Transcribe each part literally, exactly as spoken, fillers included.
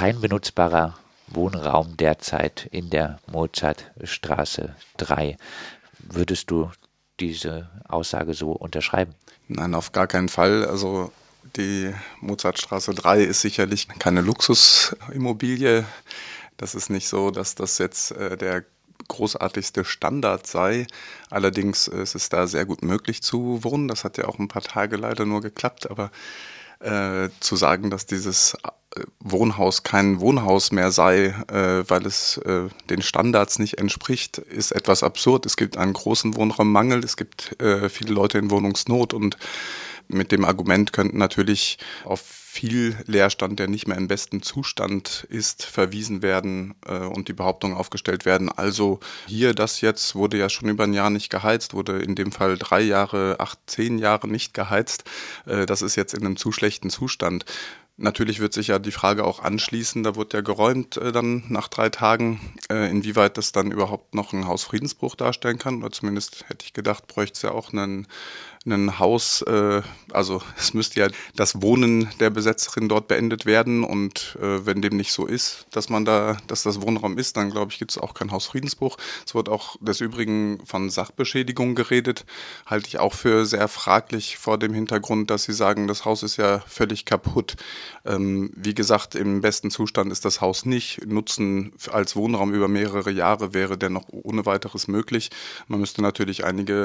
kein benutzbarer Wohnraum derzeit in der Mozartstraße drei. Würdest du diese Aussage so unterschreiben? Nein, auf gar keinen Fall. Also die Mozartstraße drei ist sicherlich keine Luxusimmobilie. Das ist nicht so, dass das jetzt äh, der großartigste Standard sei. Allerdings ist es da sehr gut möglich zu wohnen. Das hat ja auch ein paar Tage leider nur geklappt, aber äh, zu sagen, dass dieses Wohnhaus kein Wohnhaus mehr sei, äh, weil es äh, den Standards nicht entspricht, ist etwas absurd. Es gibt einen großen Wohnraummangel, es gibt äh, viele Leute in Wohnungsnot und mit dem Argument könnten natürlich auf viel Leerstand, der nicht mehr im besten Zustand ist, verwiesen werden äh, und die Behauptung aufgestellt werden. Also hier, das jetzt wurde ja schon über ein Jahr nicht geheizt, wurde in dem Fall drei Jahre, acht, zehn Jahre nicht geheizt. Äh, das ist jetzt in einem zu schlechten Zustand. Natürlich wird sich ja die Frage auch anschließen, da wurde ja geräumt äh, dann nach drei Tagen, äh, inwieweit das dann überhaupt noch einen Hausfriedensbruch darstellen kann. Oder zumindest hätte ich gedacht, bräuchte es ja auch einen, einen Haus, äh, also es müsste ja das Wohnen der Besetzerin dort beendet werden. Und äh, wenn dem nicht so ist, dass man da, dass das Wohnraum ist, dann glaube ich, gibt es auch keinen Hausfriedensbruch. Es wird auch des Übrigen von Sachbeschädigung geredet, halte ich auch für sehr fraglich vor dem Hintergrund, dass Sie sagen, das Haus ist ja völlig kaputt. Ähm, wie gesagt, im besten Zustand ist das Haus nicht. Nutzen als Wohnraum über mehrere Jahre wäre dennoch ohne weiteres möglich. Man müsste natürlich einige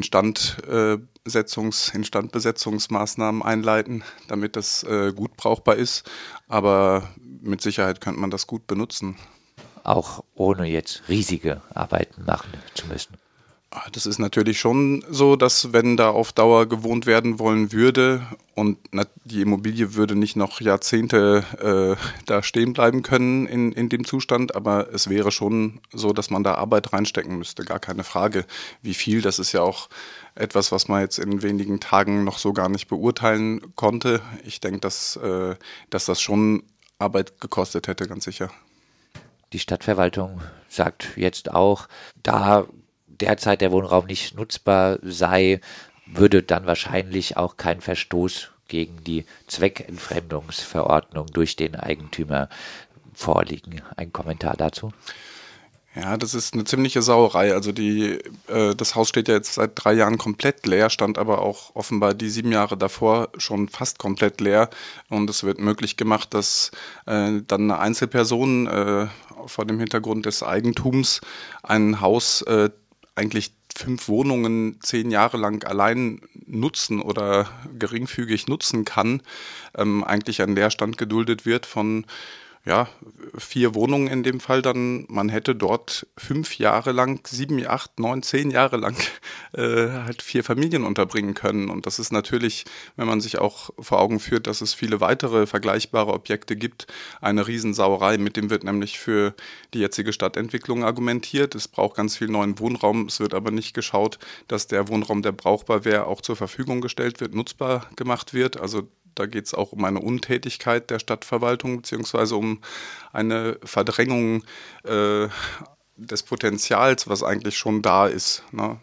Instandsetzungs-, Instandbesetzungsmaßnahmen einleiten, damit das äh, gut brauchbar ist. Aber mit Sicherheit könnte man das gut benutzen. Auch ohne jetzt riesige Arbeiten machen zu müssen. Das ist natürlich schon so, dass wenn da auf Dauer gewohnt werden wollen würde und die Immobilie würde nicht noch Jahrzehnte äh, da stehen bleiben können in, in dem Zustand, aber es wäre schon so, dass man da Arbeit reinstecken müsste, gar keine Frage. Wie viel, das ist ja auch etwas, was man jetzt in wenigen Tagen noch so gar nicht beurteilen konnte. Ich denke, dass, äh, dass das schon Arbeit gekostet hätte, ganz sicher. Die Stadtverwaltung sagt jetzt auch, da derzeit der Wohnraum nicht nutzbar sei, würde dann wahrscheinlich auch kein Verstoß gegen die Zweckentfremdungsverordnung durch den Eigentümer vorliegen. Ein Kommentar dazu? Ja, das ist eine ziemliche Sauerei. Also die, äh, das Haus steht ja jetzt seit drei Jahren komplett leer, stand aber auch offenbar die sieben Jahre davor schon fast komplett leer. Und es wird möglich gemacht, dass äh, dann eine Einzelperson äh, vor dem Hintergrund des Eigentums ein Haus äh, eigentlich fünf Wohnungen zehn Jahre lang allein nutzen oder geringfügig nutzen kann, ähm, eigentlich ein Leerstand geduldet wird von ja, vier Wohnungen in dem Fall dann. Man hätte dort fünf Jahre lang, sieben, acht, neun, zehn Jahre lang äh, halt vier Familien unterbringen können. Und das ist natürlich, wenn man sich auch vor Augen führt, dass es viele weitere vergleichbare Objekte gibt, eine Riesensauerei. Mit dem wird nämlich für die jetzige Stadtentwicklung argumentiert. Es braucht ganz viel neuen Wohnraum. Es wird aber nicht geschaut, dass der Wohnraum, der brauchbar wäre, auch zur Verfügung gestellt wird, nutzbar gemacht wird. Also da geht es auch um eine Untätigkeit der Stadtverwaltung beziehungsweise um eine Verdrängung äh, des Potenzials, was eigentlich schon da ist. Ne?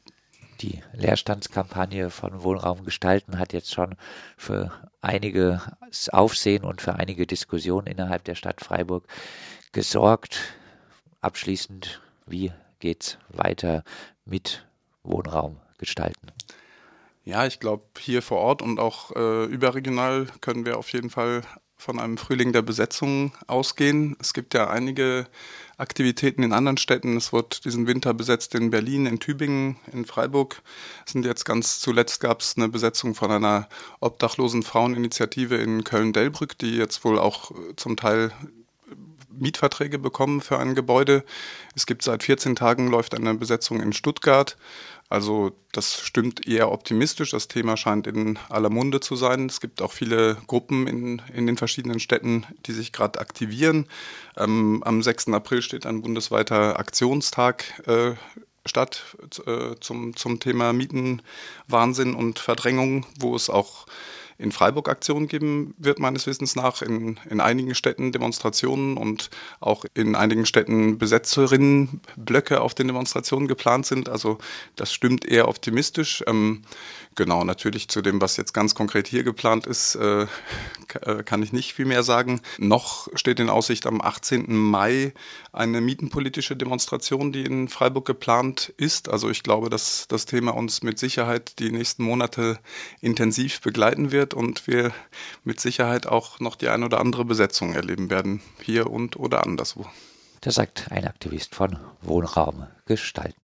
Die Leerstandskampagne von Wohnraum gestalten hat jetzt schon für einiges Aufsehen und für einige Diskussionen innerhalb der Stadt Freiburg gesorgt. Abschließend, wie geht's weiter mit Wohnraum gestalten? Ja, ich glaube, hier vor Ort und auch äh, überregional können wir auf jeden Fall von einem Frühling der Besetzung ausgehen. Es gibt ja einige Aktivitäten in anderen Städten. Es wird diesen Winter besetzt in Berlin, in Tübingen, in Freiburg. Es sind jetzt ganz zuletzt gab es eine Besetzung von einer obdachlosen Fraueninitiative in Köln-Delbrück, die jetzt wohl auch zum Teil Mietverträge bekommen für ein Gebäude. Es gibt seit vierzehn Tagen läuft eine Besetzung in Stuttgart. Also das stimmt eher optimistisch. Das Thema scheint in aller Munde zu sein. Es gibt auch viele Gruppen in, in den verschiedenen Städten, die sich gerade aktivieren. Ähm, am sechsten April steht ein bundesweiter Aktionstag äh, statt äh, zum, zum Thema Mietenwahnsinn und Verdrängung, wo es auch in Freiburg Aktionen geben wird, meines Wissens nach, in, in einigen Städten Demonstrationen und auch in einigen Städten Besetzerinnenblöcke auf den Demonstrationen geplant sind. Also das stimmt eher optimistisch. Ähm, genau, natürlich zu dem, was jetzt ganz konkret hier geplant ist, äh, kann ich nicht viel mehr sagen. Noch steht in Aussicht am achtzehnten Mai eine mietenpolitische Demonstration, die in Freiburg geplant ist. Also ich glaube, dass das Thema uns mit Sicherheit die nächsten Monate intensiv begleiten wird und wir mit Sicherheit auch noch die ein oder andere Besetzung erleben werden, hier und oder anderswo. Das sagt ein Aktivist von Wohnraum gestalten.